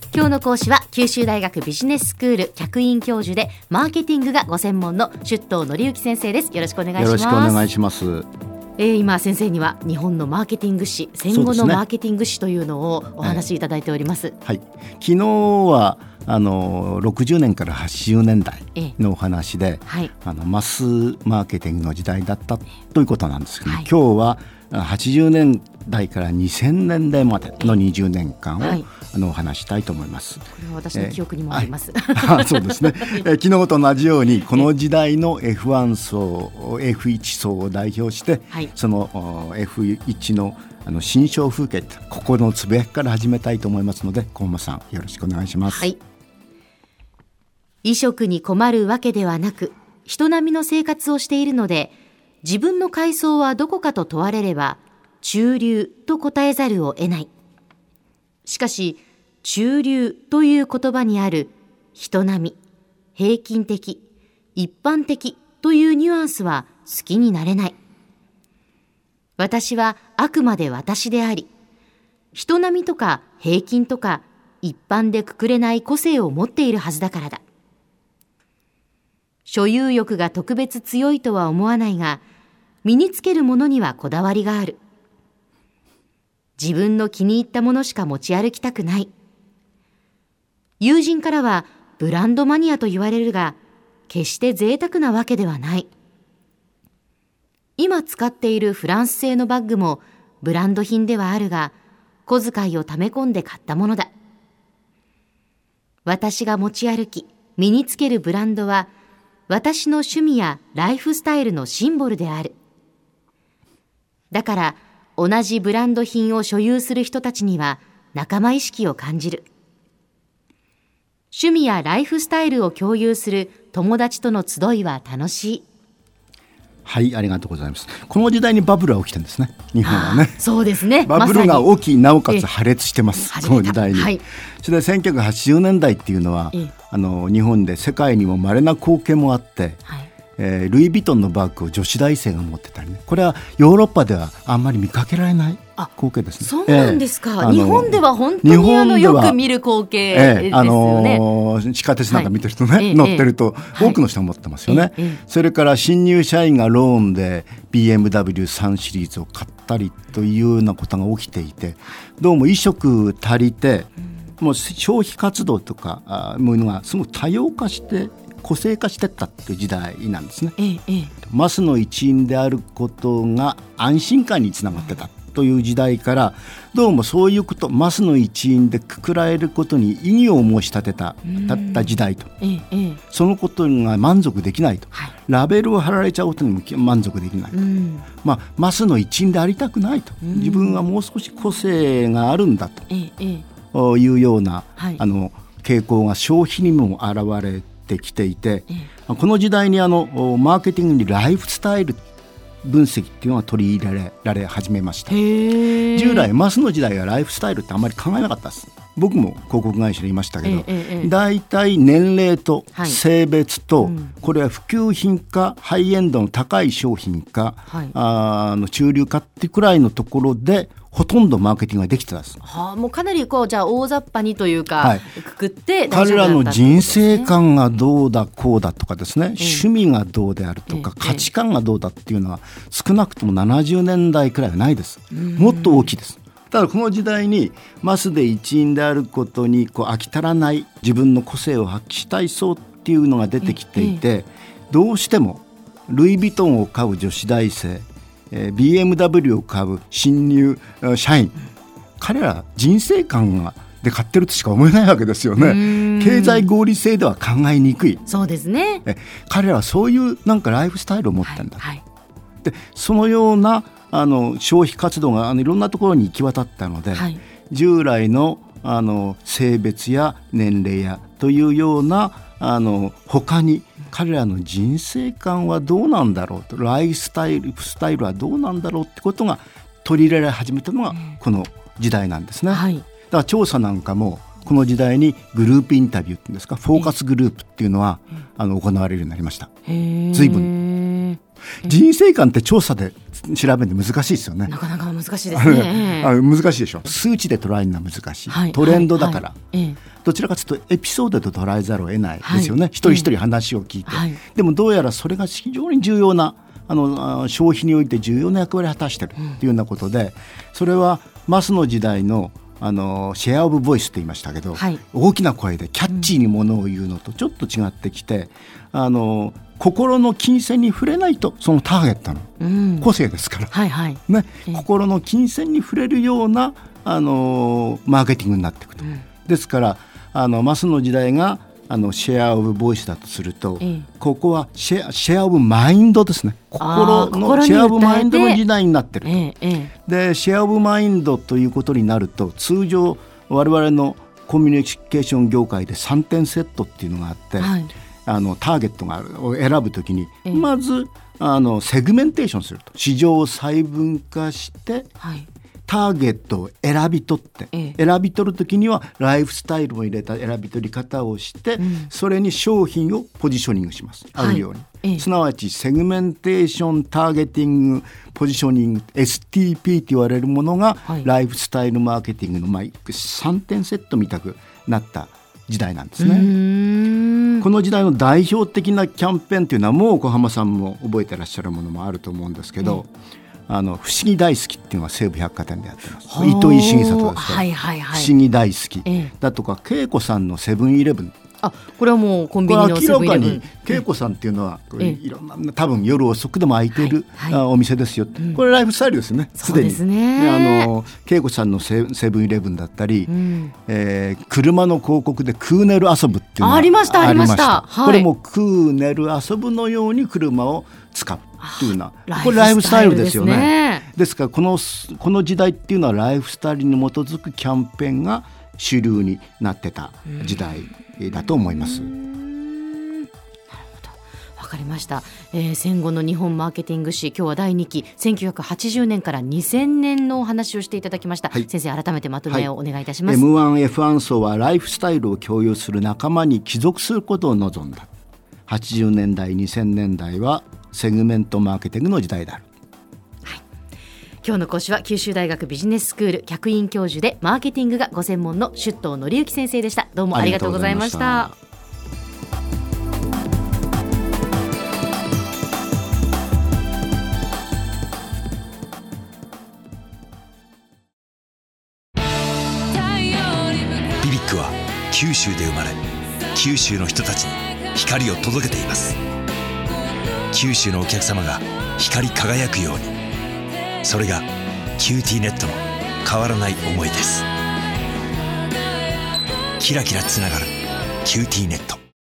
今日の講師は九州大学ビジネススクール客員教授でマーケティングがご専門の出頭則之先生です。よろしくお願いします。 よろしくお願いします。 今先生には日本のマーケティング史、戦後のマーケティング史というのをお話しいただいております。 はい、昨日は60年から80年代のお話で、マスマーケティングの時代だったということなんですけど、今日は80年代から2000年代までの20年間を、お話したいと思います。これは私の記憶にもあります。 そうですね。昨日と同じようにこの時代の F1 層 F1 層を代表して、その F1 の新象風景、心のつぶやきから始めたいと思いますので、小浜さんよろしくお願いします。 衣食に困るわけではなく、人並みの生活をしているので、自分の階層はどこかと問われれば中流と答えざるを得ない。しかし中流という言葉にある人並み、平均的、一般的というニュアンスは好きになれない。私はあくまで私であり、人並みとか平均とか一般でくくれない個性を持っているはずだからだ。所有欲が特別強いとは思わないが、身につけるものにはこだわりがある。自分の気に入ったものしか持ち歩きたくない。友人からはブランドマニアと言われるが、決して贅沢なわけではない。今使っているフランス製のバッグもブランド品ではあるが、小遣いを貯め込んで買ったものだ。私が持ち歩き、身につけるブランドは、私の趣味やライフスタイルのシンボルである。だから同じブランド品を所有する人たちには仲間意識を感じる。趣味やライフスタイルを共有する友達との集いは楽しい。 はい、ありがとうございます。この時代にバブルは起きてるんですね、日本はね。 そうですね。 バブルが起き、なおかつ破裂してます、その時代に。それで1980年代っていうのは、日本で世界にも稀な光景もあって、ルイ・ヴィトンのバッグを女子大生が持ってたりね、これはヨーロッパではあんまり見かけられない光景ですね。 そうなんですか。日本では本当によく見る光景ですよね。 地下鉄なんか見てるとね、乗ってると多くの人が持ってますよね。それから新入社員がローンで BMW3 シリーズを買ったりというようなことが起きていて、どうも衣食足りて、もう消費活動とかものがすごく多様化して個性化していったっていう時代なんですね。マスの一員であることが安心感につながってたという時代から、どうもそういうこと、マスの一員でくくられることに意義を申し立てた時代と、そのことが満足できないと、ラベルを貼られちゃうことにも満足できない、マスの一員でありたくないと、自分はもう少し個性があるんだというような、傾向が消費にも現れてきていて、この時代にマーケティングにライフスタイル分析っていうのが取り入れられ始めました。従来マスの時代はライフスタイルってあんまり考えなかったです。僕も広告会社にいましたけど、だいたい年齢と性別と、これは普及品かハイエンドの高い商品か、中流かっていうくらいのところでほとんどマーケティングができてたんです。 もうかなりじゃあ大雑把にというか、くくって彼らの人生観がどうだこうだとかですね、趣味がどうであるとか、価値観がどうだっていうのは少なくとも70年代くらいはないです。もっと大きいです。ただこの時代にマスで一員であることに飽き足らない、自分の個性を発揮したい層っていうのが出てきていて、どうしてもルイ・ヴィトンを買う女子大生、BMW を買う新入社員、彼ら人生観で買ってるとしか思えないわけですよね。経済合理性では考えにくい。 そうですね。 彼らはそういうライフスタイルを持ってるんだ、でそのような消費活動がいろんなところに行き渡ったので、従来の性別や年齢やというような他に彼らの人生観はどうなんだろうと、ライフスタイルはどうなんだろうってことが取り入れられ始めたのがこの時代なんですね。だから調査なんかもこの時代にグループインタビューっていうんですか、フォーカスグループっていうのは行われるようになりました。随分人生観って調査で調べるの難しいですよね。 なかなか難しいですね。 難しいでしょ。数値で捉えるのは難しい、トレンドだから、どちらかというとエピソードで捉えざるを得ないですよね、一人一人話を聞いて、でもどうやらそれが非常に重要な消費において重要な役割を果たしているというようなことで、それはマスの時代のシェアオブボイスと言いましたけど、大きな声でキャッチーにものを言うのとちょっと違ってきて、心の金銭に触れないとそのターゲットの個性ですから、心の金銭に触れるようなマーケティングになっていくと、ですからマスの時代がシェアオブボイスだとすると、ここはシェアオブマインドですね。心のシェアオブマインドの時代になっていると、でシェアオブマインドということになると、通常我々のコミュニケーション業界で3点セットっていうのがあって、ターゲットを選ぶときに、まずセグメンテーションすると、市場を細分化して、ターゲットを選び取って、選び取るときにはライフスタイルを入れた選び取り方をして、それに商品をポジショニングします。合うように、すなわちセグメンテーション、ターゲティング、ポジショニング STP と言われるものが、ライフスタイルマーケティングの3点セットみたくなった時代なんですね。この時代の代表的なキャンペーンというのは、もう小浜さんも覚えてらっしゃるものもあると思うんですけど、不思議大好きっていうのは西武百貨店でやってます。糸井重里ですから、不思議大好き、だとか恵子さんのセブンイレブン、 これはもうコンビニのセブンイレブン、 明らかに恵子さんっていうのは、いろんな多分夜遅くでも開いている、お店ですよ、これライフスタイルですね。すでに恵子さんのセブンイレブンだったり、車の広告でクーネル遊ぶっていうのがありました。これもクーネル遊ぶのように車を使うっていうのは、これライフスタイルですよね。ですからこの時代っていうのはライフスタイルに基づくキャンペーンが主流になってた時代だと思います。なるほど、わかりました。戦後の日本マーケティング史、今日は第2期1980年から2000年のお話をしていただきました。先生、改めてまとめをお願いいたします。 M1F1 層はライフスタイルを共有する仲間に帰属することを望んだ。80年代2000年代はセグメントマーケティングの時代である。 今日の講師は九州大学ビジネススクール客員教授でマーケティングがご専門の出頭則之先生でした。どうもありがとうございました。 ビビックは九州で生まれ、九州の人たちに光を届けています。九州のお客様が光り輝くように、それがキューティーネットの変わらない思いです。キラキラつながるキューティーネット。